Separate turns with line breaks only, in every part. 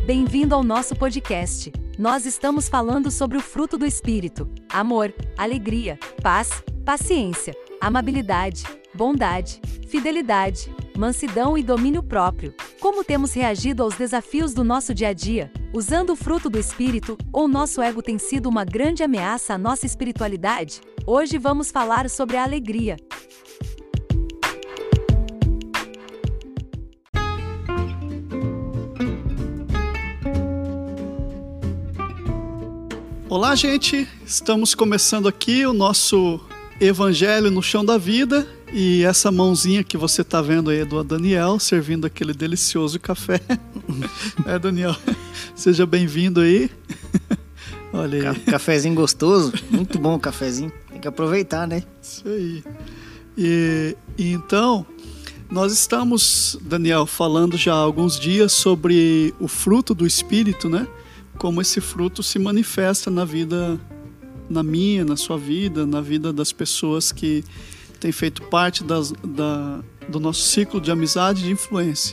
Bem-vindo ao nosso podcast. Nós estamos falando sobre o fruto do Espírito: amor, alegria, paz, paciência, amabilidade, bondade, fidelidade, mansidão e domínio próprio. Como temos reagido aos desafios do nosso dia a dia? Usando o fruto do Espírito, ou nosso ego tem sido uma grande ameaça à nossa espiritualidade? Hoje vamos falar sobre a alegria.
Olá, gente! Estamos começando aqui o nosso Evangelho no Chão da Vida, e essa mãozinha que você está vendo aí é do Daniel, servindo aquele delicioso café. Daniel? Seja bem-vindo aí. Olha aí.
Cafezinho gostoso, muito bom o cafezinho, tem que aproveitar, né?
Isso aí. E então, nós estamos, Daniel, falando já há alguns dias sobre o fruto do Espírito, né? Como esse fruto se manifesta na vida, na minha, na sua vida, na vida das pessoas que têm feito parte do nosso ciclo de amizade e de influência.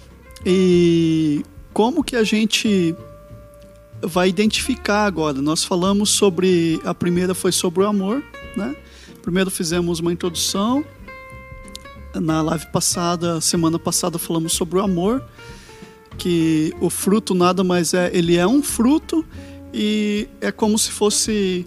E como que a gente vai identificar agora? Nós falamos sobre, a primeira foi sobre o amor, né? Primeiro fizemos uma introdução, na live passada, semana passada, falamos sobre o amor, que o fruto nada mais é, ele é um fruto e é como se fosse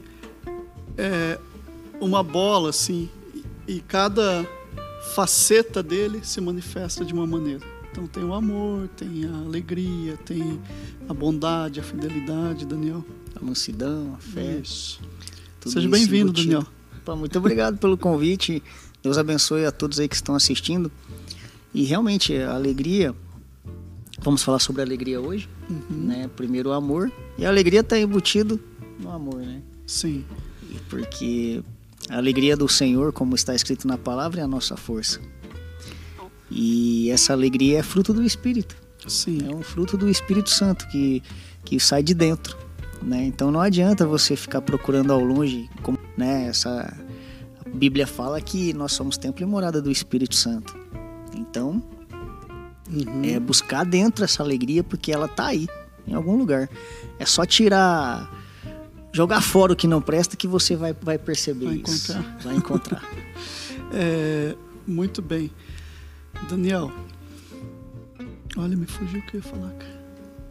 uma bola assim, e cada faceta dele se manifesta de uma maneira. Então tem o amor, tem a alegria, tem a bondade, a fidelidade, Daniel.
A mansidão, a fé.
Isso. Seja bem-vindo, Daniel.
Muito obrigado pelo convite. Deus abençoe a todos aí que estão assistindo. E realmente a alegria, vamos falar sobre a alegria hoje, né? Primeiro o amor, e a alegria está embutido no amor, né?
Sim.
Porque a alegria do Senhor, como está escrito na palavra, é a nossa força. E essa alegria é fruto do Espírito.
Sim.
É um fruto do Espírito Santo que sai de dentro, né? Então não adianta você ficar procurando ao longe, como, né? A Bíblia fala que nós somos templo e morada do Espírito Santo. Então é buscar dentro essa alegria, porque ela tá aí, em algum lugar. É só jogar fora o que não presta, que você vai perceber isso. Vai encontrar.
Muito bem. Daniel, olha, me fugiu o que eu ia falar, cara.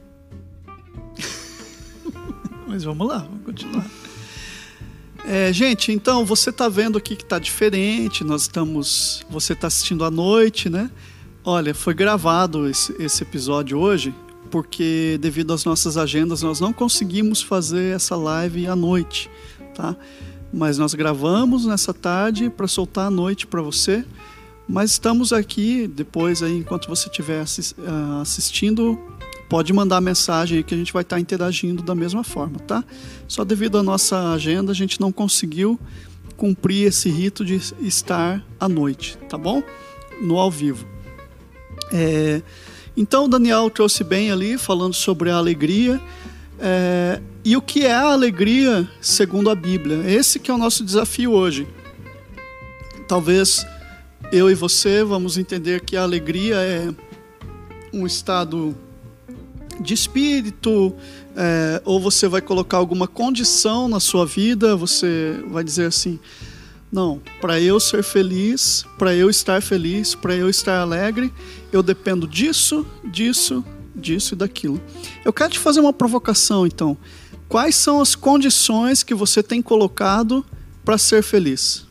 Mas vamos lá, vamos continuar. Gente, então você está vendo aqui que está diferente. Você está assistindo à noite, né? Olha, foi gravado esse episódio hoje, porque devido às nossas agendas nós não conseguimos fazer essa live à noite, tá? Mas nós gravamos nessa tarde para soltar à noite para você. Mas estamos aqui, depois aí, enquanto você estiver assistindo, pode mandar mensagem aí que a gente vai estar interagindo da mesma forma, tá? Só devido à nossa agenda a gente não conseguiu cumprir esse rito de estar à noite, tá bom? No ao vivo. Então o Daniel trouxe bem ali, falando sobre a alegria. E o que é a alegria segundo a Bíblia? Esse que é o nosso desafio hoje. Talvez eu e você vamos entender que a alegria é um estado de espírito, ou você vai colocar alguma condição na sua vida, você vai dizer assim: não, para eu ser feliz, para eu estar feliz, para eu estar alegre, eu dependo disso, disso, disso e daquilo. Eu quero te fazer uma provocação, então. Quais são as condições que você tem colocado para ser feliz?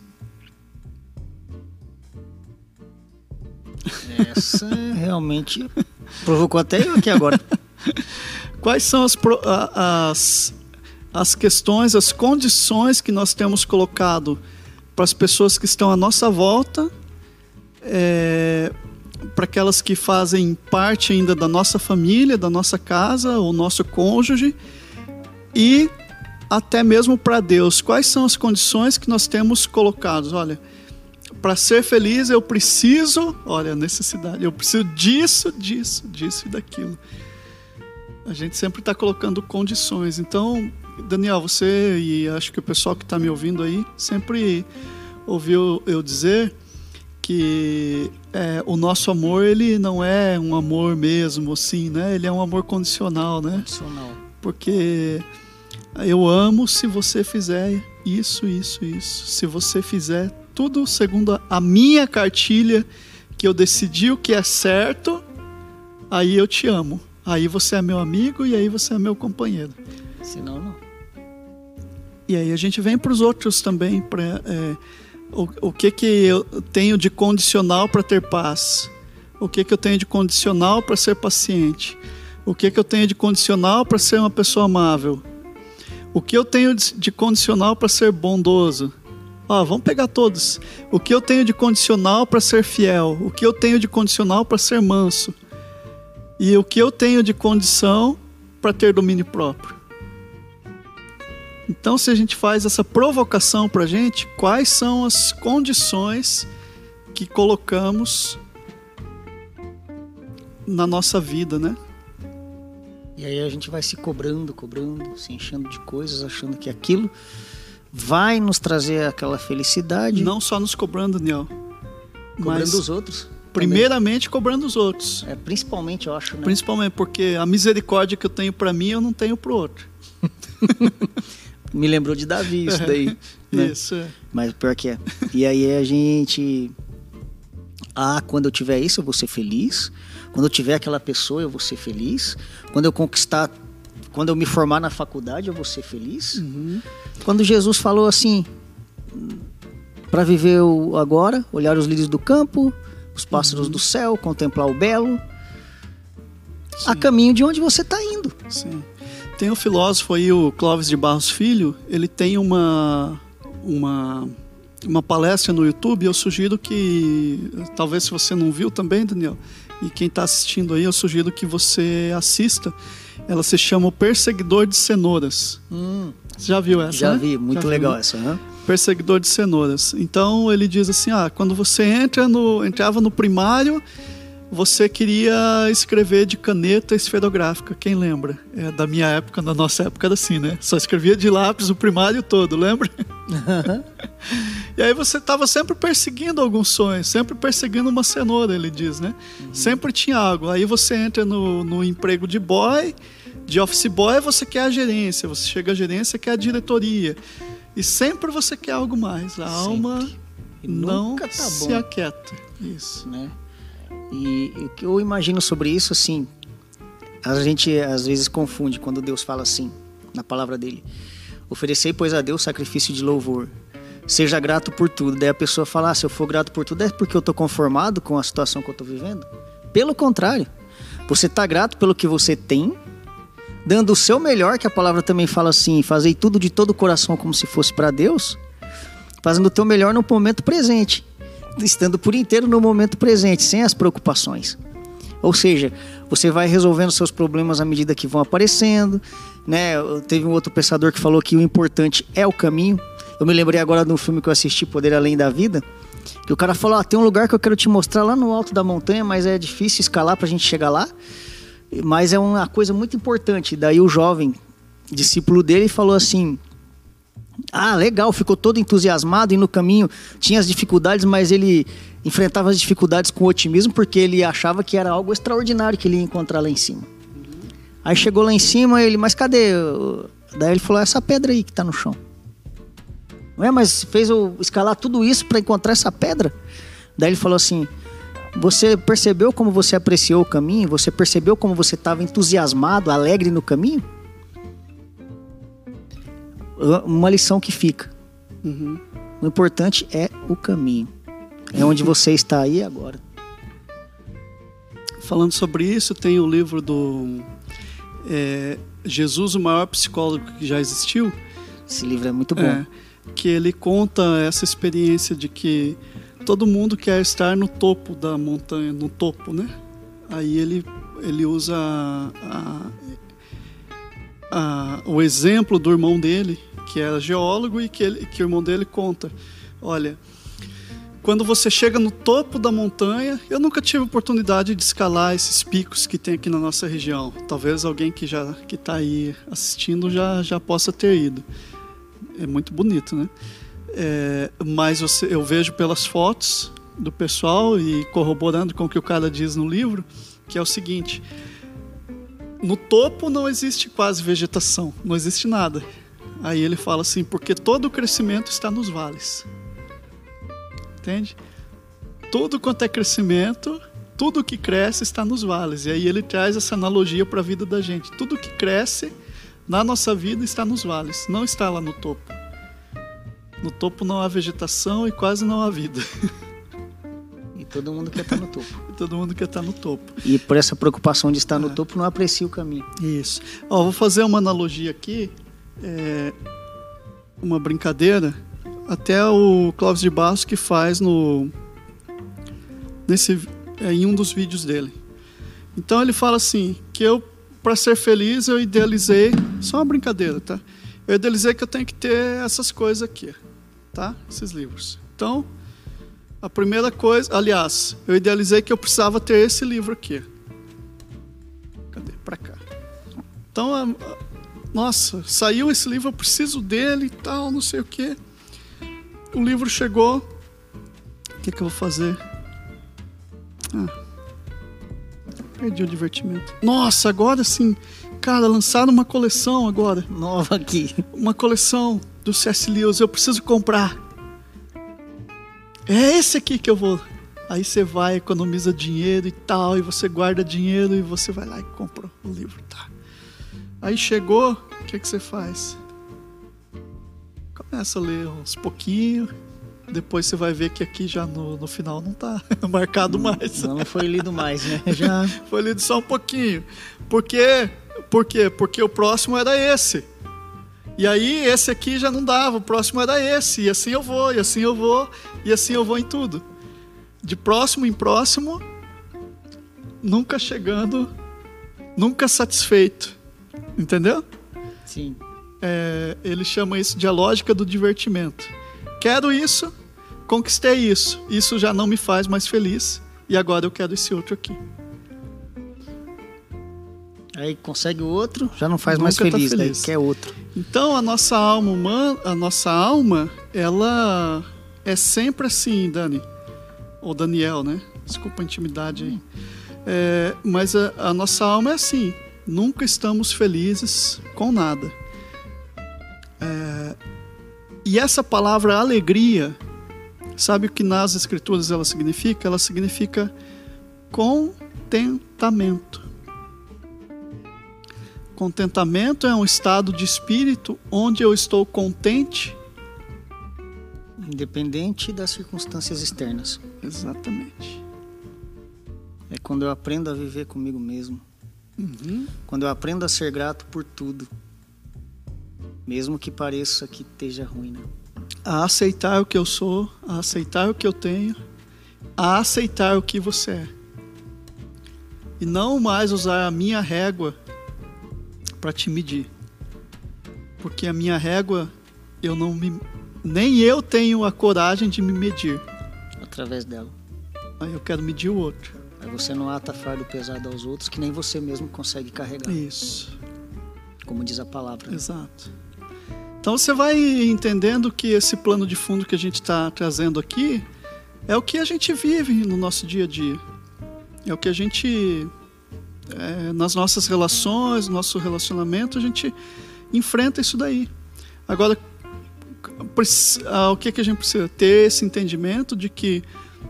Essa realmente provocou até eu aqui agora.
Quais são as questões, as condições que nós temos colocado para as pessoas que estão à nossa volta, para aquelas que fazem parte ainda da nossa família, da nossa casa, o nosso cônjuge, e até mesmo para Deus? Quais são as condições que nós temos colocados? Olha, para ser feliz eu preciso, olha a necessidade, eu preciso disso, disso, disso e daquilo. A gente sempre está colocando condições. Então, Daniel, você e acho que o pessoal que está me ouvindo aí sempre ouviu eu dizer que que o nosso amor, ele não é um amor mesmo, assim, né? Ele é um amor condicional, né?
Condicional.
Porque eu amo se você fizer isso, isso, isso. Se você fizer tudo segundo a minha cartilha, que eu decidi o que é certo, aí eu te amo. Aí você é meu amigo e aí você é meu companheiro.
Senão, não.
E aí a gente vem para os outros também, o que eu tenho de condicional para ter paz? O que eu tenho de condicional para ser paciente? O que eu tenho de condicional para ser uma pessoa amável? O que eu tenho de condicional para ser bondoso? Vamos pegar todos. O que eu tenho de condicional para ser fiel? O que eu tenho de condicional para ser manso? E o que eu tenho de condição para ter domínio próprio? Então, se a gente faz essa provocação para a gente, quais são as condições que colocamos na nossa vida, né?
E aí a gente vai se cobrando, se enchendo de coisas, achando que aquilo vai nos trazer aquela felicidade.
Não só nos cobrando, Daniel.
Cobrando os outros.
Primeiramente cobrando os outros.
Principalmente, eu acho, né?
Principalmente porque a misericórdia que eu tenho para mim, eu não tenho para o outro.
Me lembrou de Davi isso daí. Né?
Isso,
Mas pior que é. E aí a gente... quando eu tiver isso, eu vou ser feliz. Quando eu tiver aquela pessoa, eu vou ser feliz. Quando eu conquistar... Quando eu me formar na faculdade, eu vou ser feliz.
Uhum.
Quando Jesus falou assim... Para viver o agora, olhar os lírios do campo, os pássaros do céu, contemplar o belo. Sim. A caminho de onde você está indo.
Sim. Tem um filósofo aí, o Clóvis de Barros Filho, ele tem uma palestra no YouTube. Eu sugiro que, talvez se você não viu também, Daniel, e quem está assistindo aí, eu sugiro que você assista. Ela se chama O Perseguidor de Cenouras. Você já viu essa?
Já
né?
vi, muito legal essa.
Perseguidor de Cenouras. Então ele diz assim, quando você entrava no primário, você queria escrever de caneta esferográfica. Quem lembra? Da minha época, da nossa época era assim, né? Só escrevia de lápis o primário todo, lembra? E aí você estava sempre perseguindo algum sonho, sempre perseguindo uma cenoura, ele diz, né? Sempre tinha algo. Aí você entra no emprego de boy, de office boy, você quer a gerência. Você chega à gerência, quer a diretoria. E sempre você quer algo mais. A alma não se aquieta. Isso.
Né? E o que eu imagino sobre isso, assim, a gente às vezes confunde quando Deus fala assim, na palavra dele: oferecei, pois, a Deus sacrifício de louvor, seja grato por tudo. Daí a pessoa fala, se eu for grato por tudo, é porque eu estou conformado com a situação que eu estou vivendo? Pelo contrário, você está grato pelo que você tem, dando o seu melhor, que a palavra também fala assim, fazei tudo de todo o coração como se fosse para Deus, fazendo o teu melhor no momento presente, estando por inteiro no momento presente, sem as preocupações. Ou seja, você vai resolvendo seus problemas à medida que vão aparecendo, né? Teve um outro pensador que falou que o importante é o caminho. Eu me lembrei agora de um filme que eu assisti, Poder Além da Vida, que o cara falou, tem um lugar que eu quero te mostrar lá no alto da montanha, mas é difícil escalar pra gente chegar lá, mas é uma coisa muito importante. Daí o jovem discípulo dele falou assim, legal, ficou todo entusiasmado, e no caminho tinha as dificuldades, mas ele enfrentava as dificuldades com otimismo, porque ele achava que era algo extraordinário que ele ia encontrar lá em cima. Aí chegou lá em cima, ele, mas cadê? Daí ele falou, essa pedra aí que tá no chão. Não mas fez eu escalar tudo isso para encontrar essa pedra? Daí ele falou assim, você percebeu como você apreciou o caminho? Você percebeu como você estava entusiasmado, alegre no caminho? Uma lição que fica. O importante é o caminho. É onde você está aí agora.
Falando sobre isso, tem o livro do Jesus, o maior psicólogo que já existiu.
Esse livro é muito bom.
Que ele conta essa experiência de que todo mundo quer estar no topo da montanha, no topo, né? Aí ele usa o exemplo do irmão dele, que era geólogo, e que o irmão dele conta, olha, quando você chega no topo da montanha, eu nunca tive oportunidade de escalar esses picos que tem aqui na nossa região. Talvez alguém que está aí assistindo já possa ter ido. É muito bonito, né? Mas eu vejo pelas fotos do pessoal e corroborando com o que o cara diz no livro, que é o seguinte: no topo não existe quase vegetação, não existe nada. Aí ele fala assim, porque todo o crescimento está nos vales. Entende? Tudo quanto é crescimento, tudo que cresce está nos vales. E aí ele traz essa analogia para a vida da gente. Tudo que cresce na nossa vida está nos vales, não está lá no topo. No topo não há vegetação e quase não há vida.
E todo mundo quer estar no topo.
E todo mundo quer estar no topo.
E por essa preocupação de estar no topo, não aprecia o caminho.
Isso. Ó, vou fazer uma analogia aqui, uma brincadeira, até o Clóvis de Barros que faz em um dos vídeos dele. Então ele fala assim, que eu, para ser feliz, eu idealizei, só uma brincadeira, tá? Eu idealizei que eu tenho que ter essas coisas aqui, tá? Esses livros. Então, a primeira coisa, aliás, eu idealizei que eu precisava ter esse livro aqui. Cadê? Pra cá. Então, nossa, saiu esse livro, eu preciso dele e tal, não sei o quê. O livro chegou. O que eu vou fazer? Perdi o divertimento. Nossa, agora sim. Cara, lançaram uma coleção agora.
Nova aqui.
Uma coleção do C.S. Lewis. Eu preciso comprar. É esse aqui que eu vou. Aí você vai, economiza dinheiro e tal, e você guarda dinheiro e você vai lá e compra o livro, tá? Aí chegou, o que você faz? Começa a ler uns pouquinho, depois você vai ver que aqui já no final não tá marcado mais.
Não foi lido mais, né? Já
foi lido só um pouquinho. Por quê? Porque o próximo era esse. E aí esse aqui já não dava, o próximo era esse. E assim eu vou, e assim eu vou, e assim eu vou em tudo. De próximo em próximo, nunca chegando, nunca satisfeito. Entendeu?
Sim.
Ele chama isso de a lógica do divertimento. Quero isso, conquistei isso. Isso já não me faz mais feliz. E agora eu quero esse outro aqui.
Aí consegue o outro, já não faz mais feliz, daí quer outro.
Então a nossa alma humana, ela é sempre assim, Dani. Ou Daniel, né? Desculpa a intimidade aí. Mas a nossa alma é assim. Nunca estamos felizes com nada. E essa palavra alegria, sabe o que nas escrituras ela significa? Ela significa contentamento. Contentamento é um estado de espírito onde eu estou contente,
independente das circunstâncias externas.
Exatamente.
É quando eu aprendo a viver comigo mesmo.
Uhum.
Quando eu aprendo a ser grato por tudo, mesmo que pareça que esteja ruim, né?
A aceitar o que eu sou, a aceitar o que eu tenho, a aceitar o que você é. E não mais usar a minha régua para te medir. Porque a minha régua, nem eu tenho a coragem de me medir.
Através dela.
Aí eu quero medir o outro.
Aí você não ata fardo pesado aos outros que nem você mesmo consegue carregar.
Isso.
Como diz a palavra. Né?
Exato. Então você vai entendendo que esse plano de fundo que a gente está trazendo aqui é o que a gente vive no nosso dia a dia. É o que a gente, nas nossas relações, no nosso relacionamento, a gente enfrenta isso daí. Agora, o que a gente precisa? Ter esse entendimento de que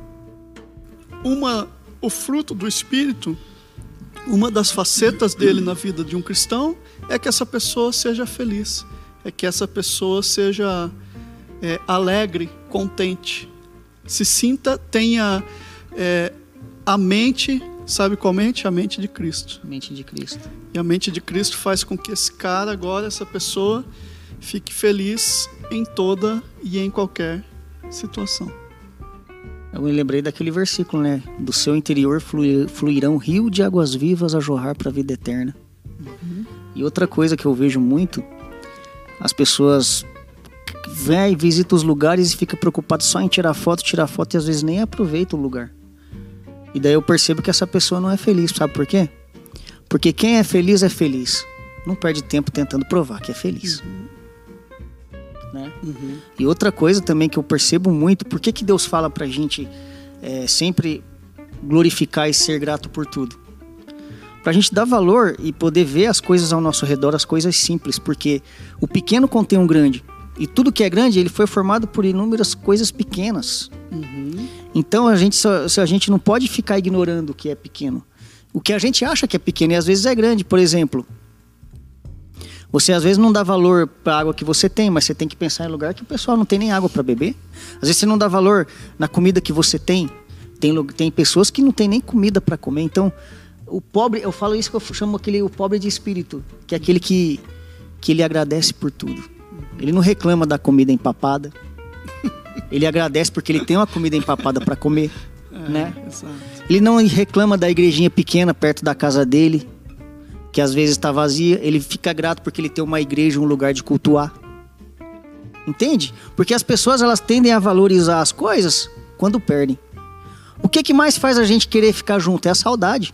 o fruto do Espírito, uma das facetas dele na vida de um cristão, é que essa pessoa seja feliz, é que essa pessoa seja alegre, contente, se sinta, tenha a mente, sabe qual mente? A mente de Cristo.
A mente de Cristo.
E a mente de Cristo faz com que esse cara agora, essa pessoa, fique feliz em toda e em qualquer situação.
Eu me lembrei daquele versículo, né? Do seu interior fluirão rio de águas vivas a jorrar para a vida eterna.
Uhum.
E outra coisa que eu vejo muito, as pessoas vêm e visitam os lugares e ficam preocupadas só em tirar foto e às vezes nem aproveitam o lugar. E daí eu percebo que essa pessoa não é feliz, sabe por quê? Porque quem é feliz. Não perde tempo tentando provar que é feliz.
Uhum.
Né?
Uhum.
E outra coisa também que eu percebo muito, por que Deus fala pra gente sempre glorificar e ser grato por tudo. Para a gente dar valor e poder ver as coisas ao nosso redor, as coisas simples, porque o pequeno contém um grande. E tudo que é grande, ele foi formado por inúmeras coisas pequenas. Então a gente não pode ficar ignorando o que é pequeno. O que a gente acha que é pequeno e às vezes é grande. Por exemplo, você às vezes não dá valor para a água que você tem, mas você tem que pensar em lugar que o pessoal não tem nem água para beber. Às vezes você não dá valor na comida que você tem. Tem pessoas que não tem nem comida para comer. Então, o pobre, eu falo isso que eu chamo o pobre de espírito, que é aquele que ele agradece por tudo. Ele não reclama da comida empapada. Ele agradece porque ele tem uma comida empapada para comer, né?
Exato.
Ele não reclama da igrejinha pequena perto da casa dele, que às vezes está vazia. Ele fica grato porque ele tem uma igreja, um lugar de cultuar. Entende? Porque as pessoas, elas tendem a valorizar as coisas quando perdem. O que mais faz a gente querer ficar junto? É a saudade.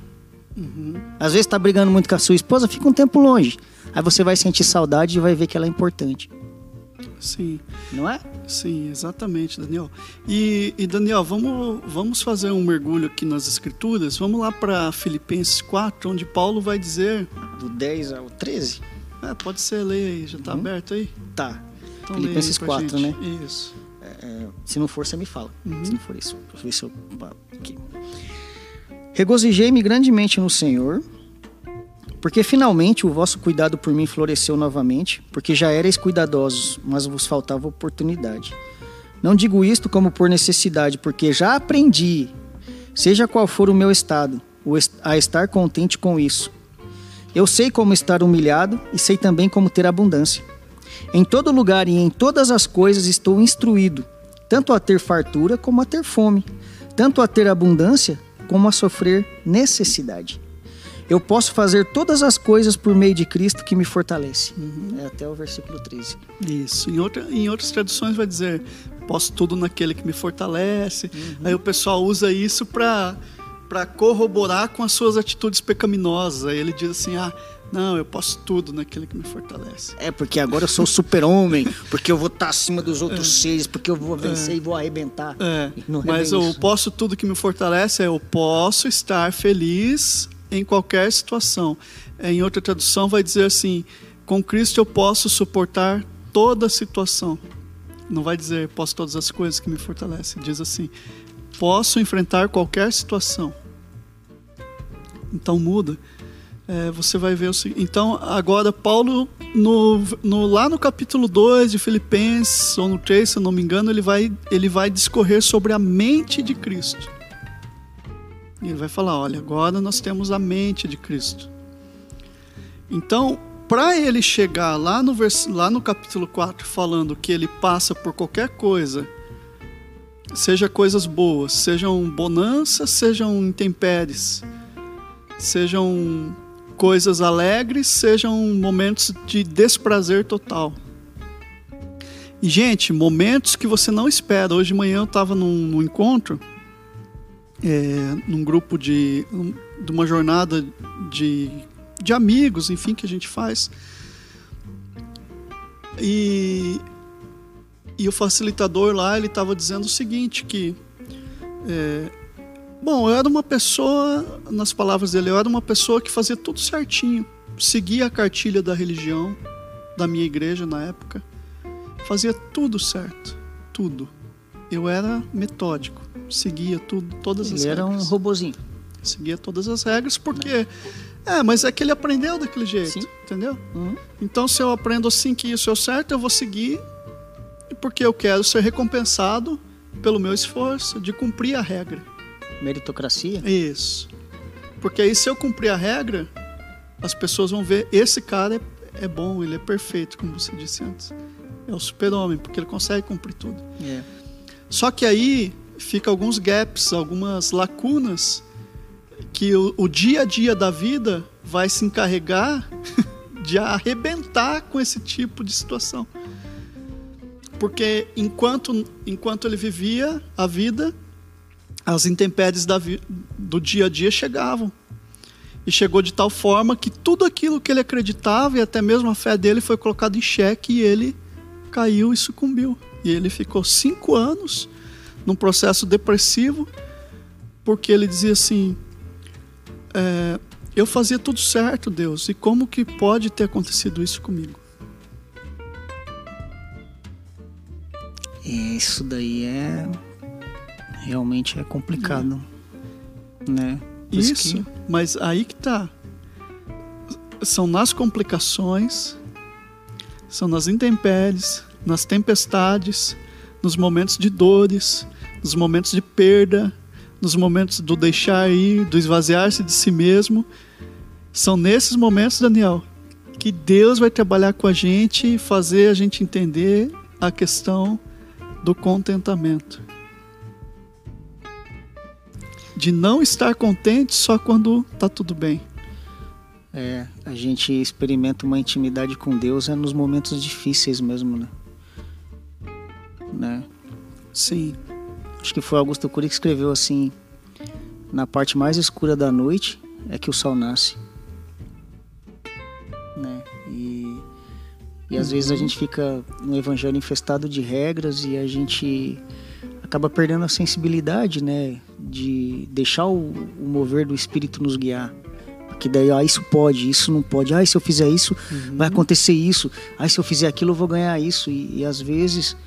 Às vezes está brigando muito com a sua esposa, fica um tempo longe. Aí você vai sentir saudade e vai ver que ela é importante.
Sim.
Não é?
Sim, exatamente, Daniel. E Daniel, vamos fazer um mergulho aqui nas Escrituras. Vamos lá para Filipenses 4, onde Paulo vai dizer...
Do 10 ao 13?
Pode ser, leia aí. Já está aberto aí?
Tá.
Então,
Filipenses 4,
gente,
né?
Isso.
Se não for, você me fala. Se não for isso, deixa eu ver se eu... Aqui. Regozijei-me grandemente no Senhor, porque finalmente o vosso cuidado por mim floresceu novamente, porque já erais cuidadosos, mas vos faltava oportunidade. Não digo isto como por necessidade, porque já aprendi, seja qual for o meu estado, a estar contente com isso. Eu sei como estar humilhado e sei também como ter abundância. Em todo lugar e em todas as coisas estou instruído, tanto a ter fartura como a ter fome, tanto a ter abundância como a sofrer necessidade. Eu posso fazer todas as coisas por meio de Cristo que me fortalece. Até o versículo 13.
Isso. Em outras traduções vai dizer, posso tudo naquele que me fortalece. Aí o pessoal usa isso para corroborar com as suas atitudes pecaminosas. Aí ele diz assim, não, eu posso tudo naquele que me fortalece.
Porque agora eu sou o super-homem, porque eu vou estar acima dos outros seres, porque eu vou vencer e vou arrebentar.
Mas eu posso tudo que me fortalece, eu posso estar feliz em qualquer situação. Em outra tradução vai dizer assim, com Cristo eu posso suportar toda situação. Não vai dizer, posso todas as coisas que me fortalecem. Diz assim, posso enfrentar qualquer situação. Então muda. Você vai ver o seguinte. Então, agora Paulo, lá no capítulo 2 de Filipenses, ou no 3, se eu não me engano, ele vai discorrer sobre a mente de Cristo. Ele vai falar, olha, agora nós temos a mente de Cristo. Então, para ele chegar lá no capítulo 4, falando que ele passa por qualquer coisa, seja coisas boas, sejam bonanças, sejam intempéries, sejam coisas alegres, sejam momentos de desprazer total. E, gente, momentos que você não espera. Hoje de manhã eu estava num encontro, num grupo de uma jornada de amigos, enfim, que a gente faz. E o facilitador lá, ele estava dizendo o seguinte, que... eu era uma pessoa, nas palavras dele, eu era uma pessoa que fazia tudo certinho. Seguia a cartilha da religião, da minha igreja na época. Fazia tudo certo, tudo. Eu era metódico, seguia tudo, todas as regras. Ele
era um robozinho.
Seguia todas as regras, porque... mas é que ele aprendeu daquele jeito, sim, entendeu? Então, se eu aprendo assim que isso é o certo, eu vou seguir, porque eu quero ser recompensado pelo meu esforço de cumprir a regra.
Meritocracia?
Isso. Porque aí, se eu cumprir a regra, as pessoas vão ver, esse cara é bom, ele é perfeito, como você disse antes. É o super-homem, porque ele consegue cumprir tudo. Só que aí fica alguns gaps, algumas lacunas, que o dia a dia da vida vai se encarregar de arrebentar com esse tipo de situação. Porque enquanto ele vivia a vida, as intempéries do dia a dia chegavam. E chegou de tal forma que tudo aquilo que ele acreditava, e até mesmo a fé dele, foi colocado em xeque, e ele caiu e sucumbiu. E ele ficou 5 anos num processo depressivo, porque ele dizia assim, eu fazia tudo certo, Deus, e como que pode ter acontecido isso comigo?
Isso daí realmente é complicado, né?
Isso, mas aí que tá. São nas complicações, são nas intempéries, nas tempestades, nos momentos de dores, nos momentos de perda, nos momentos do deixar ir, do esvaziar-se de si mesmo. São nesses momentos, Daniel, que Deus vai trabalhar com a gente e fazer a gente entender a questão do contentamento. De não estar contente só quando está tudo bem.
A gente experimenta uma intimidade com Deus nos momentos difíceis mesmo, né?
Sim.
Acho que foi Augusto Cury que escreveu assim: na parte mais escura da noite é que o sol nasce, né? E às vezes a gente fica no evangelho infestado de regras e a gente acaba perdendo a sensibilidade, né? De deixar o mover do Espírito nos guiar. Porque daí, isso pode, isso não pode. Se eu fizer isso, vai acontecer isso. Se eu fizer aquilo, eu vou ganhar isso. E às vezes,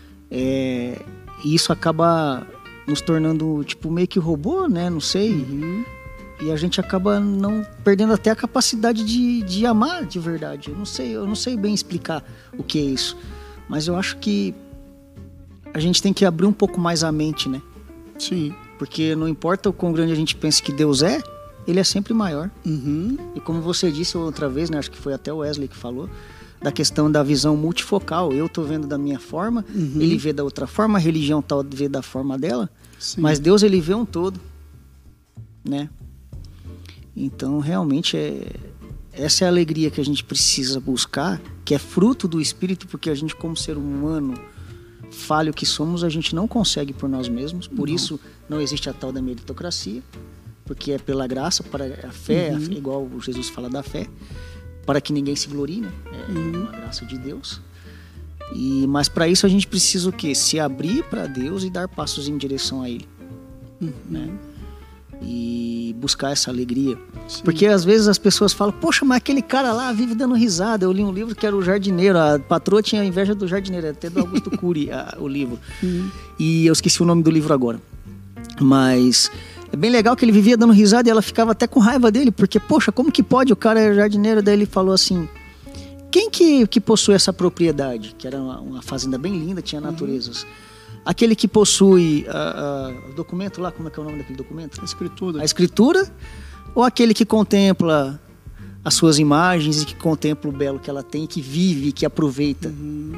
isso acaba nos tornando, tipo, meio que robô, né? Não sei. E a gente acaba não perdendo até a capacidade de amar de verdade. Eu não sei bem explicar o que é isso. Mas eu acho que a gente tem que abrir um pouco mais a mente, né?
Sim.
Porque não importa o quão grande a gente pense que Deus é, Ele é sempre maior. E como você disse outra vez, né, acho que foi até o Wesley que falou, da questão da visão multifocal. Eu estou vendo da minha forma, ele vê da outra forma, a religião tal vê da forma dela. Sim. Mas Deus, ele vê um todo, né? Então, realmente, essa é a alegria que a gente precisa buscar, que é fruto do Espírito, porque a gente, como ser humano falho que somos, a gente não consegue por nós mesmos. Por isso, não existe a tal da meritocracia, porque é pela graça, para a fé, igual Jesus fala da fé, para que ninguém se glorie, né? É uma graça de Deus. Mas para isso a gente precisa o quê? Se abrir para Deus e dar passos em direção a Ele, né? E buscar essa alegria. Sim. Porque às vezes as pessoas falam, poxa, mas aquele cara lá vive dando risada. Eu li um livro que era O Jardineiro, a patroa tinha inveja do jardineiro, até do Augusto Cury o livro. E eu esqueci o nome do livro agora. Mas é bem legal que ele vivia dando risada e ela ficava até com raiva dele, porque, poxa, como que pode? O cara é jardineiro. Daí ele falou assim, quem que possui essa propriedade? Que era uma fazenda bem linda, tinha naturezas. Aquele que possui o documento lá, como é que é o nome daquele documento? A escritura, ou aquele que contempla as suas imagens e que contempla o belo que ela tem, que vive, que aproveita?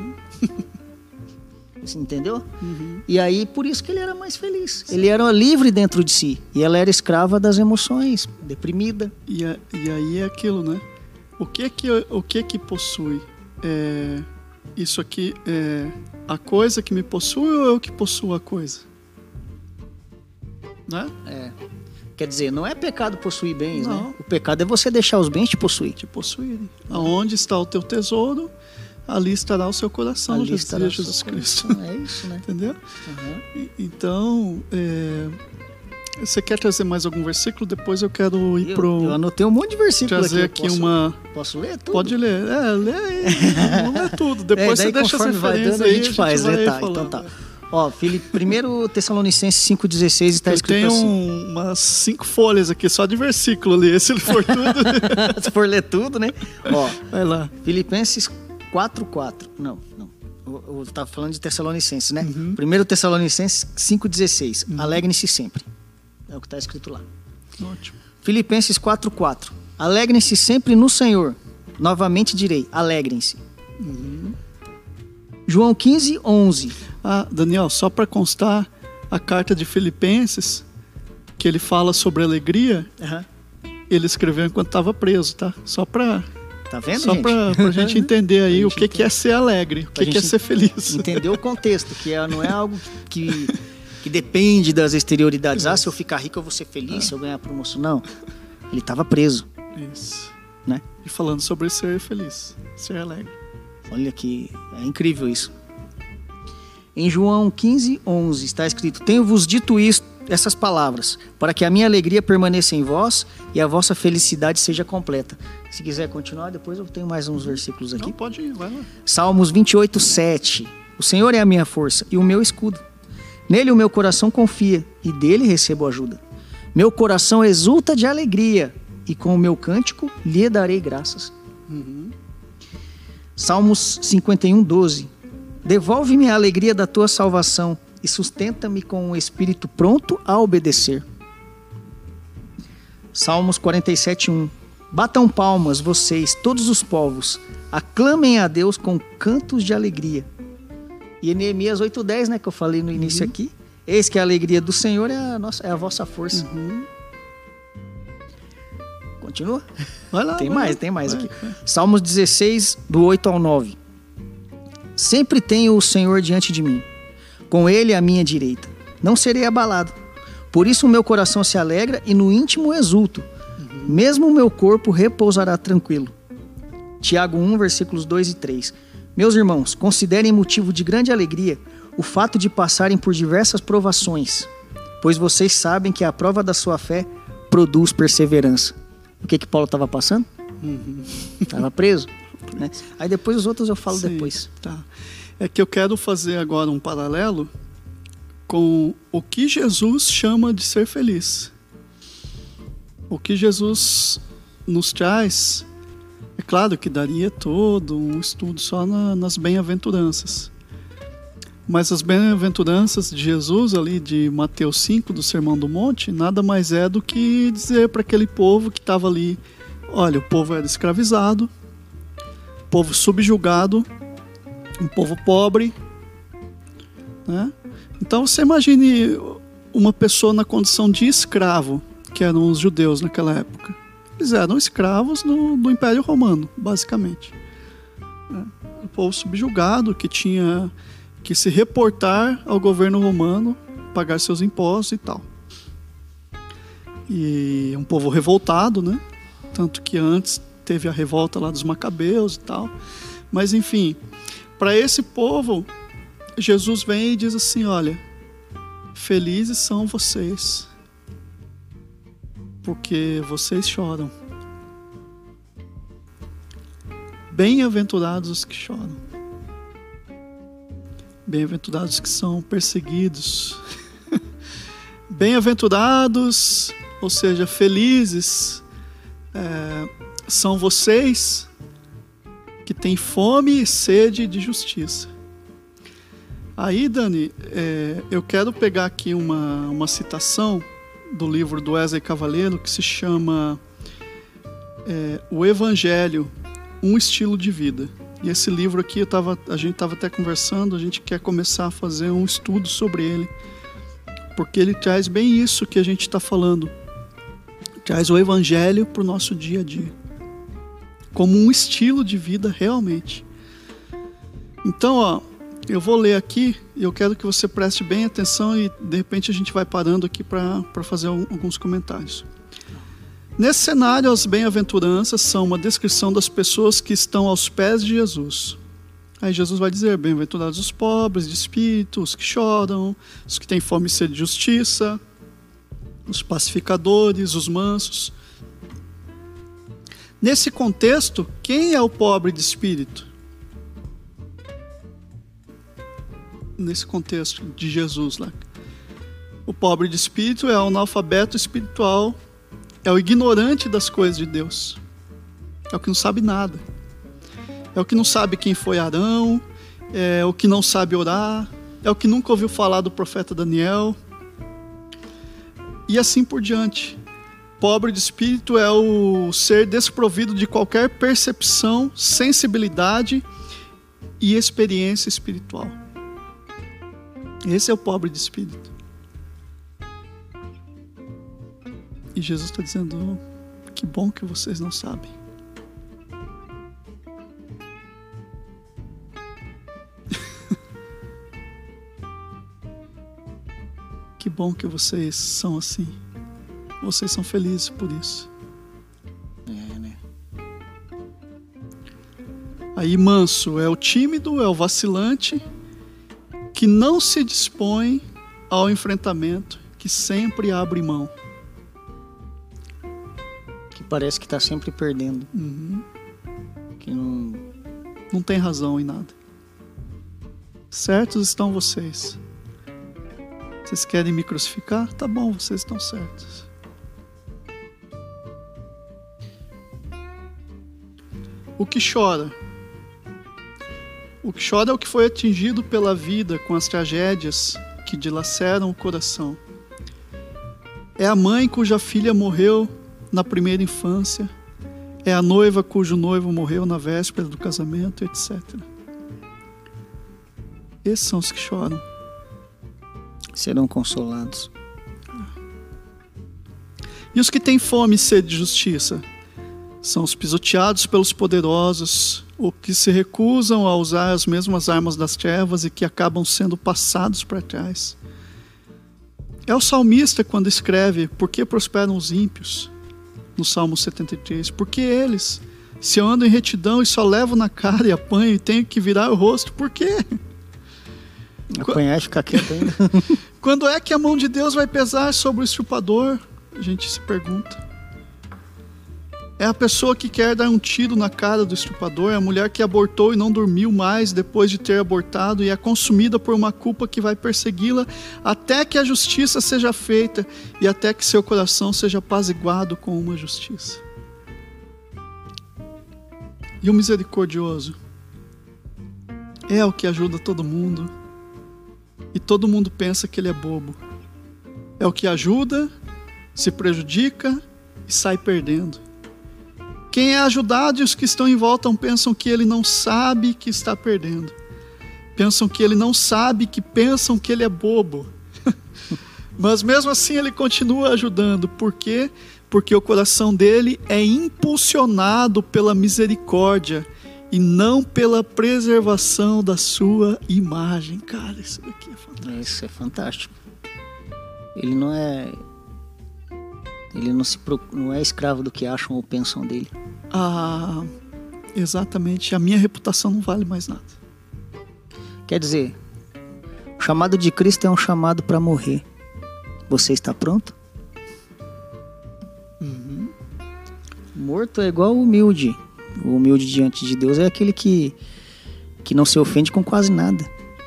Você entendeu? E aí, por isso que ele era mais feliz. Sim. Ele era livre dentro de si. E ela era escrava das emoções, deprimida.
E aí é aquilo, né? O que que possui? Isso aqui é a coisa que me possui ou eu que possuo a coisa? Né?
Quer dizer, não é pecado possuir bens,
não,
né? O pecado é você deixar os bens te possuir.
Te possuírem. Aonde está o teu tesouro, ali estará o seu coração, ali estará Jesus Cristo.
É isso, né?
Entendeu? Então, você quer trazer mais algum versículo? Depois eu quero ir pro...
Eu anotei um monte de versículos
trazer aqui.
Posso ler tudo?
Pode ler. Lê aí. Não é tudo. Depois você deixa as referências aí.
A gente faz, né? Então tá. Ó, 1 Tessalonicenses 5,16 está escrito assim.
Tem umas 5 folhas aqui só de versículo ali. Se ele for tudo...
Se for ler tudo, né? Ó,
vai lá.
Filipenses 4:4. Não. Eu estava falando de Tessalonicenses, né? 1 Tessalonicenses 5,16. Alegrem-se sempre. É o que está escrito lá.
Ótimo.
Filipenses 4:4. Alegrem-se sempre no Senhor. Novamente direi, alegrem-se. João 15:11.
Daniel, só para constar, a carta de Filipenses, que ele fala sobre alegria, ele escreveu enquanto estava preso, tá? Só para...
Tá vendo,
só
gente?
pra gente entender aí o que é ser alegre, o que é ser feliz.
Entender o contexto, que não é algo que depende das exterioridades. Se eu ficar rico eu vou ser feliz, se eu ganhar promoção. Não, ele estava preso.
Isso.
Né?
E falando sobre ser feliz, ser alegre.
Olha que é incrível isso. Em João 15:11 está escrito, tenho-vos dito isto essas palavras, para que a minha alegria permaneça em vós e a vossa felicidade seja completa. Se quiser continuar, depois eu tenho mais uns versículos aqui.
Não, pode ir, vai lá.
Salmos 28, 7. O Senhor é a minha força e o meu escudo. Nele o meu coração confia e dele recebo ajuda. Meu coração exulta de alegria e com o meu cântico lhe darei graças. Salmos 51, 12. Devolve-me a alegria da tua salvação e sustenta-me com um espírito pronto a obedecer. Salmos 47, 1. Batam palmas, vocês, todos os povos, aclamem a Deus com cantos de alegria. E Neemias 8:10, né, que eu falei no início aqui. Eis que a alegria do Senhor é a vossa força. Continua?
Vai lá.
Tem mais
vai,
aqui.
Vai.
Salmos 16, do 8 ao 9. Sempre tenho o Senhor diante de mim, com ele à minha direita. Não serei abalado. Por isso o meu coração se alegra e no íntimo exulto. Mesmo o meu corpo repousará tranquilo. Tiago 1, versículos 2 e 3. Meus irmãos, considerem motivo de grande alegria o fato de passarem por diversas provações, pois vocês sabem que a prova da sua fé produz perseverança. O que Paulo estava passando? Estava preso. Né? Aí depois os outros eu falo depois.
Tá. É que eu quero fazer agora um paralelo com o que Jesus chama de ser feliz. O que Jesus nos traz, é claro que daria todo um estudo só nas bem-aventuranças. Mas as bem-aventuranças de Jesus, ali de Mateus 5, do Sermão do Monte, nada mais é do que dizer para aquele povo que estava ali, olha, o povo era escravizado, povo subjugado, um povo pobre, né? Então você imagine uma pessoa na condição de escravo, que eram os judeus naquela época. Eles eram escravos do Império Romano, basicamente. Um povo subjugado que tinha que se reportar ao governo romano, pagar seus impostos e tal. E um povo revoltado, né? Tanto que antes teve a revolta lá dos Macabeus e tal. Mas enfim, para esse povo, Jesus vem e diz assim, olha, felizes são vocês, porque vocês choram. Bem-aventurados os que choram. Bem-aventurados que são perseguidos. Bem-aventurados, ou seja, felizes, são vocês que têm fome e sede de justiça. Aí, Dani, eu quero pegar aqui uma citação do livro do Wesley Cavaleiro que se chama O Evangelho, um estilo de vida. E esse livro aqui, a gente estava até conversando, a gente quer começar a fazer um estudo sobre ele, porque ele traz bem isso que a gente está falando. Traz o Evangelho para o nosso dia a dia, como um estilo de vida realmente. Então, ó, eu vou ler aqui e eu quero que você preste bem atenção e de repente a gente vai parando aqui para fazer alguns comentários. Nesse cenário, as bem-aventuranças são uma descrição das pessoas que estão aos pés de Jesus. Aí Jesus vai dizer, bem-aventurados os pobres de espírito, os que choram, os que têm fome e sede de justiça, os pacificadores, os mansos. Nesse contexto, quem é o pobre de espírito? Nesse contexto de Jesus lá. O pobre de espírito é o analfabeto espiritual, é o ignorante das coisas de Deus, é o que não sabe nada, é o que não sabe quem foi Arão, é o que não sabe orar, é o que nunca ouviu falar do profeta Daniel, e assim por diante. Pobre de espírito é o ser desprovido de qualquer percepção, sensibilidade e experiência espiritual. Esse é o pobre de espírito. E Jesus está dizendo, que bom que vocês não sabem. Que bom que vocês são assim. Vocês são felizes por isso.
Né?
Aí manso é o tímido, é o vacilante, que não se dispõe ao enfrentamento, que que sempre abre mão.
Que parece que está sempre perdendo. Que
não tem razão em nada. Certos estão vocês. Vocês querem me crucificar? Tá bom, vocês estão certos. O que chora? O que chora é o que foi atingido pela vida com as tragédias que dilaceram o coração. É a mãe cuja filha morreu na primeira infância. É a noiva cujo noivo morreu na véspera do casamento, etc. Esses são os que choram.
Serão consolados.
E os que têm fome e sede de justiça? São os pisoteados pelos poderosos, ou que se recusam a usar as mesmas armas das trevas e que acabam sendo passados para trás. É o salmista quando escreve: por que prosperam os ímpios? No Salmo 73. Porque eles, se eu ando em retidão e só levo na cara e apanho e tenho que virar o rosto, por quê?
Apanhar e ficar quieto ainda.
Quando é que a mão de Deus vai pesar sobre o estrupador? A gente se pergunta. É a pessoa que quer dar um tiro na cara do estrupador, é a mulher que abortou e não dormiu mais depois de ter abortado e é consumida por uma culpa que vai persegui-la até que a justiça seja feita e até que seu coração seja apaziguado com uma justiça. E o misericordioso é o que ajuda todo mundo e todo mundo pensa que ele é bobo. É o que ajuda, se prejudica e sai perdendo. Quem é ajudado e os que estão em volta pensam que ele não sabe que está perdendo. Pensam que ele não sabe, que pensam que ele é bobo. Mas mesmo assim ele continua ajudando. Por quê? Porque o coração dele é impulsionado pela misericórdia e não pela preservação da sua imagem. Cara, isso daqui é fantástico.
Isso é fantástico. Ele não é escravo do que acham ou pensam dele.
Exatamente. A minha reputação não vale mais nada.
Quer dizer, o chamado de Cristo é um chamado para morrer. Você está pronto? Morto é igual o humilde. O humilde diante de Deus é aquele que não se ofende com quase nada.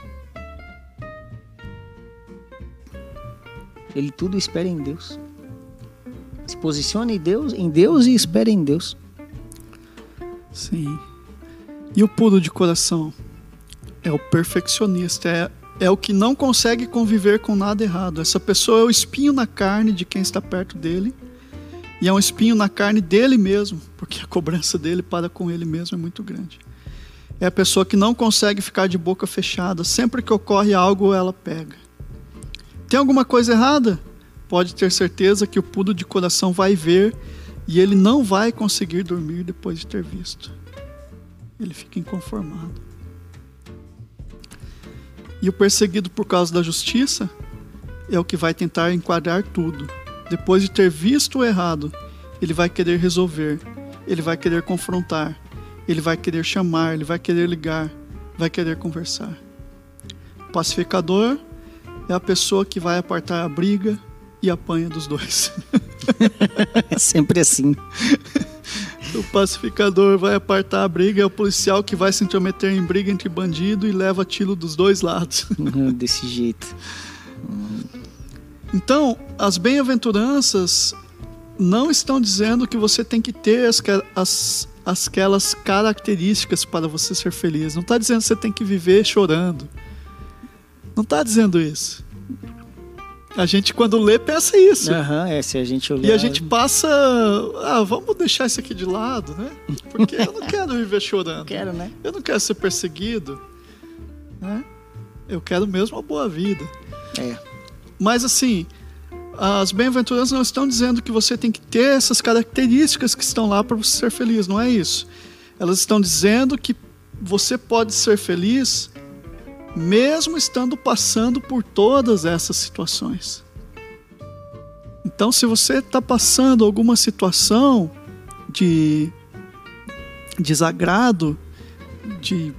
Ele tudo espera em Deus. Se posicione em Deus e espere em Deus.
Sim. E o puro de coração? É o perfeccionista, é o que não consegue conviver com nada errado. Essa pessoa é o espinho na carne de quem está perto dele e é um espinho na carne dele mesmo, porque a cobrança dele para com ele mesmo é muito grande. É a pessoa que não consegue ficar de boca fechada. Sempre que ocorre algo, ela pega. Tem alguma coisa errada? Pode ter certeza que o puro de coração vai ver e ele não vai conseguir dormir depois de ter visto. Ele fica inconformado. E o perseguido por causa da justiça é o que vai tentar enquadrar tudo. Depois de ter visto o errado, ele vai querer resolver, ele vai querer confrontar, ele vai querer chamar, ele vai querer ligar, vai querer conversar. O pacificador é a pessoa que vai apartar a briga e apanha dos dois.
É sempre assim.
O pacificador vai apartar a briga, é o policial que vai se intrometer em briga entre bandido e leva tiro dos dois lados.
Desse jeito.
Então, as bem-aventuranças não estão dizendo que você tem que ter aquelas características para você ser feliz. Não está dizendo que você tem que viver chorando. Não está dizendo isso. A gente, quando lê, pensa isso.
Se a gente olhar...
E a gente passa... vamos deixar isso aqui de lado, né? Porque eu não quero viver chorando.
Quero, né?
Eu não quero ser perseguido, né? Eu quero mesmo uma boa vida. Mas assim, as bem-aventuranças não estão dizendo que você tem que ter essas características que estão lá para você ser feliz. Não é isso. Elas estão dizendo que você pode ser feliz mesmo estando passando por todas essas situações. Então, se você está passando alguma situação de desagrado, de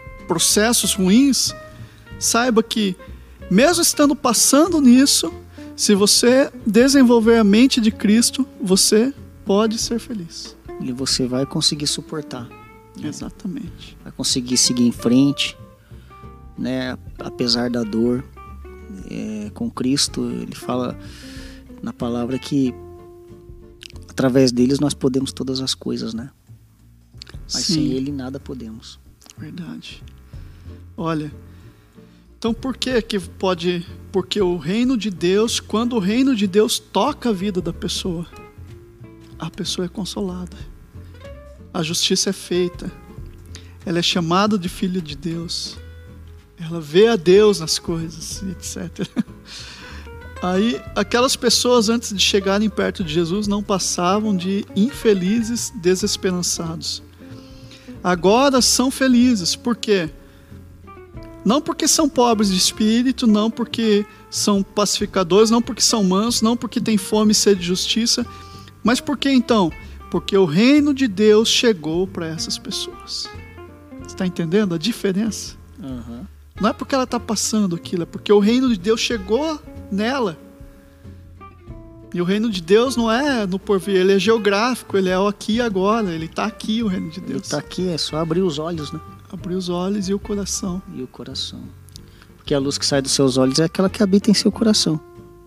processos ruins, saiba que, mesmo estando passando nisso, Se você desenvolver a mente de Cristo, você pode ser feliz.
E você vai conseguir suportar.
Exatamente.
Vai conseguir seguir em frente, né? Apesar da dor. Com Cristo, ele fala na palavra que através deles nós podemos todas as coisas, né? Mas
Sim.
sem ele nada podemos.
Verdade. Olha, então por que pode... Porque o reino de Deus, quando o reino de Deus toca a vida da pessoa, a pessoa é consolada. A justiça é feita. Ela é chamada de filha de Deus. Ela vê a Deus nas coisas, etc. Aí, aquelas pessoas, antes de chegarem perto de Jesus, não passavam de infelizes, desesperançados. Agora são felizes. Por quê? Não porque são pobres de espírito, não porque são pacificadores, não porque são mansos, não porque têm fome e sede de justiça. Mas por que então? Porque o reino de Deus chegou para essas pessoas. Você está entendendo a diferença?
Uhum.
Não é porque ela está passando aquilo, é porque o reino de Deus chegou nela. E o reino de Deus não é no porvir, ele é geográfico, ele é o aqui e agora, ele está aqui, o reino de Deus.
Ele está aqui, é só abrir os olhos, né?
Abrir os olhos e o coração.
E o coração. Porque a luz que sai dos seus olhos é aquela que habita em seu coração.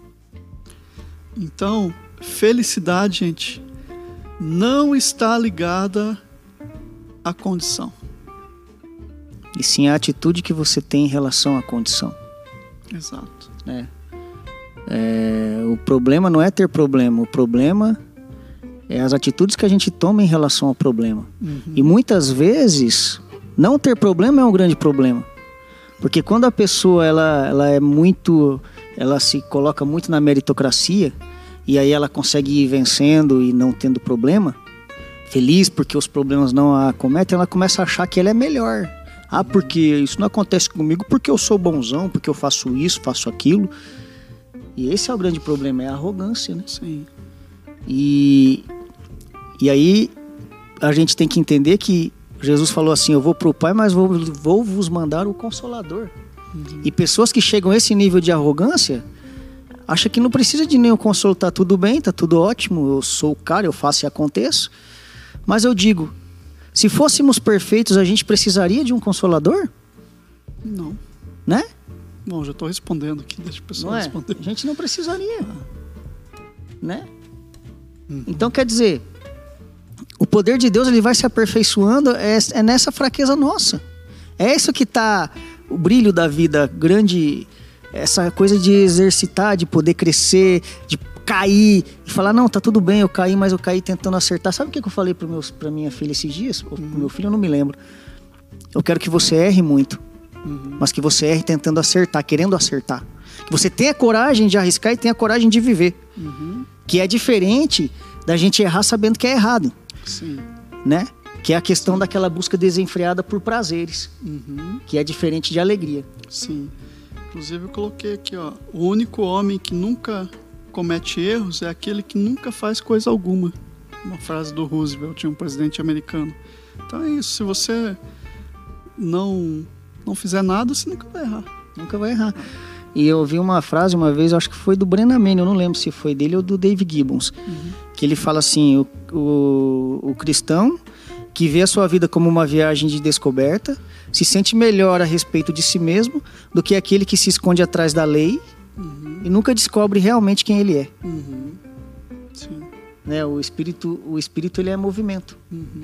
Então, felicidade, gente, não está ligada à condição.
E sim a atitude que você tem em relação à condição.
Exato.
Né? O problema não é ter problema, o problema é as atitudes que a gente toma em relação ao problema.
Uhum.
E muitas vezes não ter problema é um grande problema, porque quando a pessoa ela se coloca muito na meritocracia e aí ela consegue ir vencendo e não tendo problema, feliz porque os problemas não a acometem, ela começa a achar que ela é melhor. Porque isso não acontece comigo porque eu sou bonzão, porque eu faço isso, faço aquilo. E esse é o grande problema, é a arrogância, né?
Sim.
E aí a gente tem que entender que Jesus falou assim, eu vou para o Pai, mas vou vos mandar o Consolador.
Uhum.
E pessoas que chegam a esse nível de arrogância, acham que não precisa de nenhum consolo, tá tudo bem, tá tudo ótimo, eu sou o cara, eu faço e aconteço. Mas eu digo, se fôssemos perfeitos, a gente precisaria de um Consolador?
Não.
Né?
Bom, já estou respondendo aqui, deixa o pessoal
Não é?
responder.
A gente não precisaria. Né?
Uhum.
Então, quer dizer, o poder de Deus ele vai se aperfeiçoando é nessa fraqueza nossa. É isso que está o brilho da vida grande, essa coisa de exercitar, de poder crescer, de cair e falar, não, tá tudo bem, eu caí, mas eu caí tentando acertar. Sabe o que eu falei pra minha filha esses dias? Ou pro meu filho, eu não me lembro. Eu quero que você erre muito, mas que você erre tentando acertar, querendo acertar. Que você tenha coragem de arriscar e tenha coragem de viver. Que é diferente da gente errar sabendo que é errado.
Sim.
Né? Que é a questão daquela busca desenfreada por prazeres. Que é diferente de alegria.
Sim. Inclusive eu coloquei aqui, ó, o único homem que nunca comete erros é aquele que nunca faz coisa alguma. Uma frase do Roosevelt, um presidente americano. Então é isso, se você não fizer nada, você nunca vai errar.
Nunca vai errar. E eu ouvi uma frase uma vez, acho que foi do Brennan Manning, eu não lembro se foi dele ou do Dave Gibbons, que ele fala assim, o cristão que vê a sua vida como uma viagem de descoberta, se sente melhor a respeito de si mesmo do que aquele que se esconde atrás da lei e nunca descobre realmente quem ele é.
Sim.
Né? O espírito ele é movimento.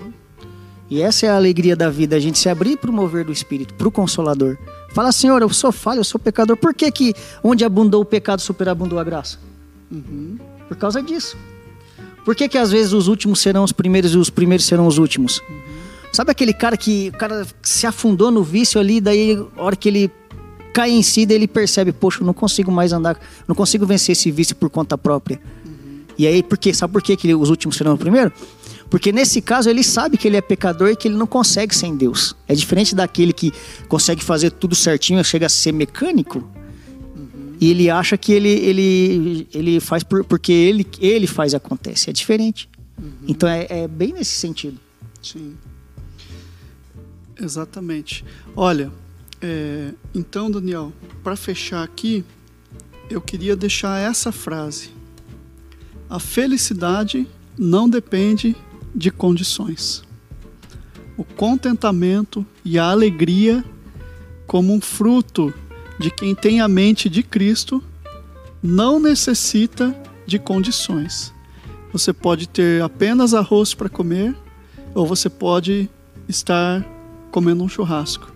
E essa é a alegria da vida, a gente se abrir para o mover do Espírito, para o Consolador. Fala, Senhor, eu sou falho, eu sou pecador. Por que onde abundou o pecado superabundou a graça? Por causa disso. Por que às vezes os últimos serão os primeiros e os primeiros serão os últimos? Sabe aquele cara que se afundou no vício ali, daí a hora que ele cai em si, daí ele percebe, poxa, eu não consigo mais andar, não consigo vencer esse vício por conta própria. E aí, sabe por que os últimos serão os primeiros? Porque nesse caso ele sabe que ele é pecador e que ele não consegue sem Deus. É diferente daquele que consegue fazer tudo certinho, chega a ser mecânico, e ele acha que ele faz porque ele faz e acontece. É diferente. Então é bem nesse sentido.
Sim. Exatamente. Olha, então, Daniel, para fechar aqui, eu queria deixar essa frase: a felicidade não depende de condições. O contentamento e a alegria, como um fruto de quem tem a mente de Cristo, não necessita de condições. Você pode ter apenas arroz para comer, ou você pode estar comendo um churrasco.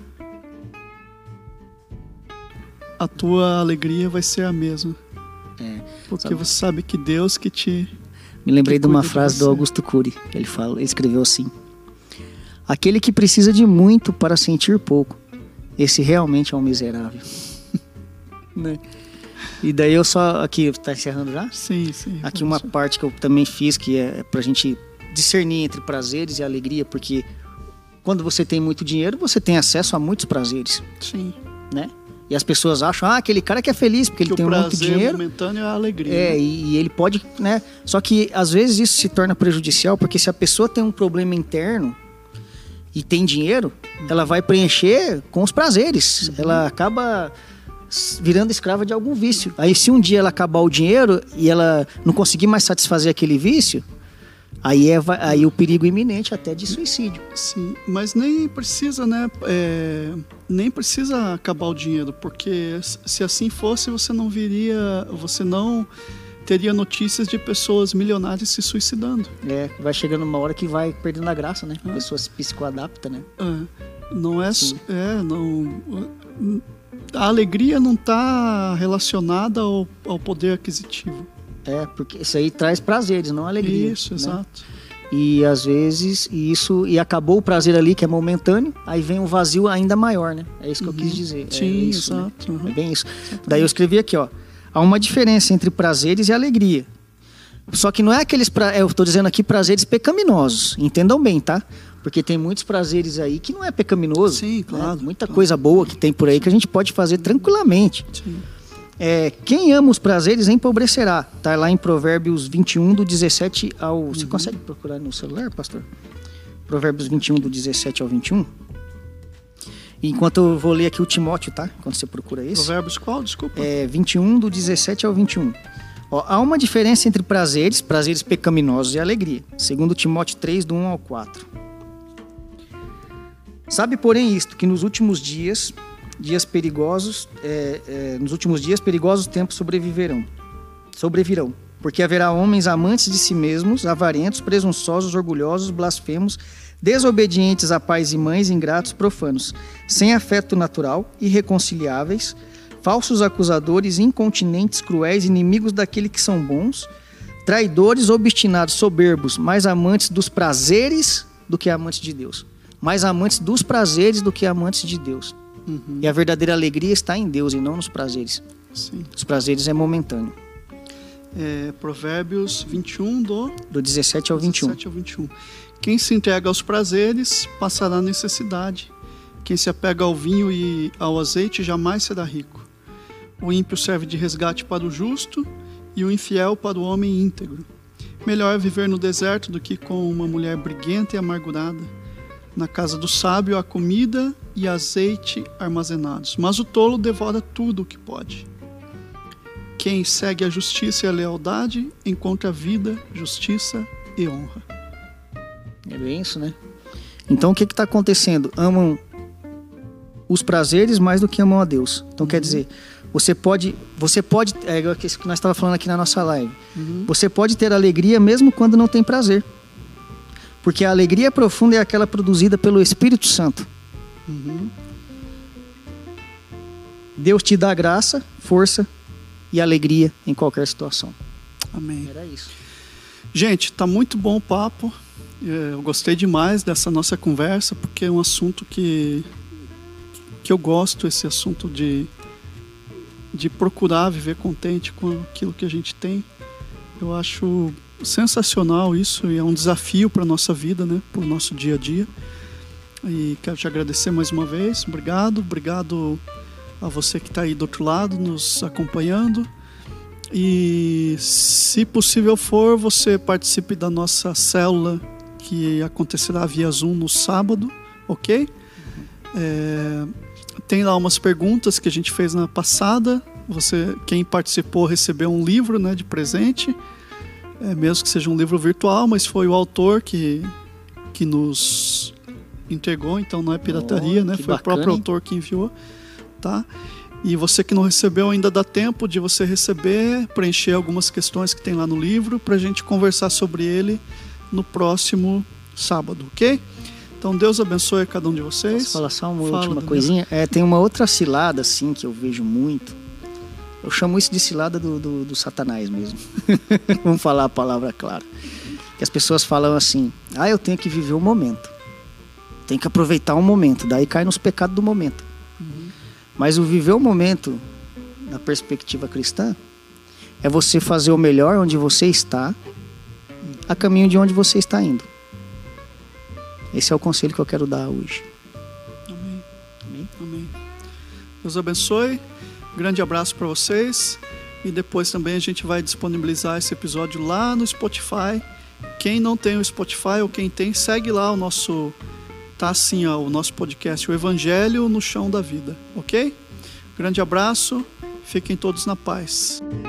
A tua alegria vai ser a mesma. Porque você sabe que Deus que te...
Me lembrei de uma frase do Augusto Cury. Ele escreveu assim: aquele que precisa de muito para sentir pouco, esse realmente é um miserável. Né? E daí eu só... Aqui, tá encerrando já?
Sim.
Aqui uma parte que eu também fiz, que é pra gente discernir entre prazeres e alegria, porque quando você tem muito dinheiro, você tem acesso a muitos prazeres.
Sim.
Né? E as pessoas acham, aquele cara que é feliz porque ele tem muito dinheiro. O prazer
momentâneo é a alegria.
E ele pode, né? Só que às vezes isso se torna prejudicial, porque se a pessoa tem um problema interno e tem dinheiro, ela vai preencher com os prazeres. Ela acaba virando escrava de algum vício. Aí se um dia ela acabar o dinheiro e ela não conseguir mais satisfazer aquele vício, aí o perigo iminente até de suicídio.
Sim, mas nem precisa, né? Nem precisa acabar o dinheiro, porque se assim fosse, você não teria notícias de pessoas milionárias se suicidando.
Vai chegando uma hora que vai perdendo a graça, né? A pessoa se psicoadapta, né?
Não é... A alegria não está relacionada ao poder aquisitivo.
Porque isso aí traz prazeres, não alegria.
Isso,
né?
Exato.
E às vezes, e acabou o prazer ali, que é momentâneo, aí vem um vazio ainda maior, né? É isso que eu quis dizer.
Sim,
isso,
exato.
Né? É bem isso. Exatamente. Daí eu escrevi aqui, ó. Há uma diferença entre prazeres e alegria. Só que não é aqueles... eu estou dizendo aqui prazeres pecaminosos. Entendam bem, tá? Porque tem muitos prazeres aí que não é pecaminoso.
Sim, claro.
Né? Muita coisa boa que tem por aí que a gente pode fazer tranquilamente.
Sim.
Quem ama os prazeres empobrecerá. Tá lá em Provérbios 21, do 17 ao... Você consegue procurar no celular, pastor? Provérbios 21, do 17 ao 21. Enquanto eu vou ler aqui o Timóteo, tá? Enquanto você procura isso.
Provérbios qual? Desculpa.
21, do 17 ao 21. Ó, há uma diferença entre prazeres pecaminosos e alegria. Segundo Timóteo 3, do 1 ao 4. Sabe, porém, isto, que nos últimos dias perigosos tempos sobrevirão, porque haverá homens amantes de si mesmos, avarentos, presunçosos, orgulhosos, blasfemos, desobedientes a pais e mães, ingratos, profanos, sem afeto natural, irreconciliáveis, falsos acusadores, incontinentes, cruéis, inimigos daquele que são bons, traidores, obstinados, soberbos, mais amantes dos prazeres do que amantes de Deus. Mais amantes dos prazeres do que amantes de Deus. E a verdadeira alegria está em Deus e não nos prazeres.
Sim.
Os prazeres é momentâneo.
Provérbios 21 do
17 ao 21.
17 ao 21. Quem se entrega aos prazeres passará necessidade. Quem se apega ao vinho e ao azeite jamais será rico. O ímpio serve de resgate para o justo e o infiel para o homem íntegro. Melhor é viver no deserto do que com uma mulher briguenta e amargurada. Na casa do sábio há comida e azeite armazenados, mas o tolo devora tudo o que pode. Quem segue a justiça e a lealdade encontra vida, justiça e honra.
É bem isso, né? Então o que está acontecendo? Amam os prazeres mais do que amam a Deus. Então quer dizer, você pode é o que nós estávamos falando aqui na nossa live. Você pode ter alegria mesmo quando não tem prazer. Porque a alegria profunda é aquela produzida pelo Espírito Santo. Deus te dá graça, força e alegria em qualquer situação.
Amém.
Era isso.
Gente, tá muito bom o papo. Eu gostei demais dessa nossa conversa, porque é um assunto que eu gosto, esse assunto de procurar viver contente com aquilo que a gente tem. Eu acho sensacional isso, e é um desafio para a nossa vida, né? Para o nosso dia a dia. E quero te agradecer mais uma vez. Obrigado a você que está aí do outro lado nos acompanhando. E se possível for, você participe da nossa célula que acontecerá via Zoom no sábado, ok? Tem lá umas perguntas que a gente fez na passada, quem participou recebeu um livro, né, de presente, mesmo que seja um livro virtual, mas foi o autor que nos entregou, então não é pirataria, né? Foi bacana, o próprio autor que enviou, tá? E você que não recebeu, ainda dá tempo de você receber, preencher algumas questões que tem lá no livro, para a gente conversar sobre ele no próximo sábado, ok? Então Deus abençoe a cada um de vocês.
Posso falar só uma última coisinha? Tem uma outra cilada assim que eu vejo muito. Eu chamo isso de cilada do Satanás mesmo. Vamos falar a palavra clara. Que as pessoas falam assim: eu tenho que viver o momento, tenho que aproveitar o momento. Daí cai nos pecados do momento. Mas o viver o momento, na perspectiva cristã, é você fazer o melhor onde você está, a caminho de onde você está indo. Esse é o conselho que eu quero dar hoje.
Amém. Amém. Amém. Deus abençoe. Grande abraço para vocês. E depois também a gente vai disponibilizar esse episódio lá no Spotify. Quem não tem o Spotify ou quem tem, segue lá o nosso... Tá assim, o nosso podcast, o Evangelho no Chão da Vida, ok? Grande abraço, fiquem todos na paz.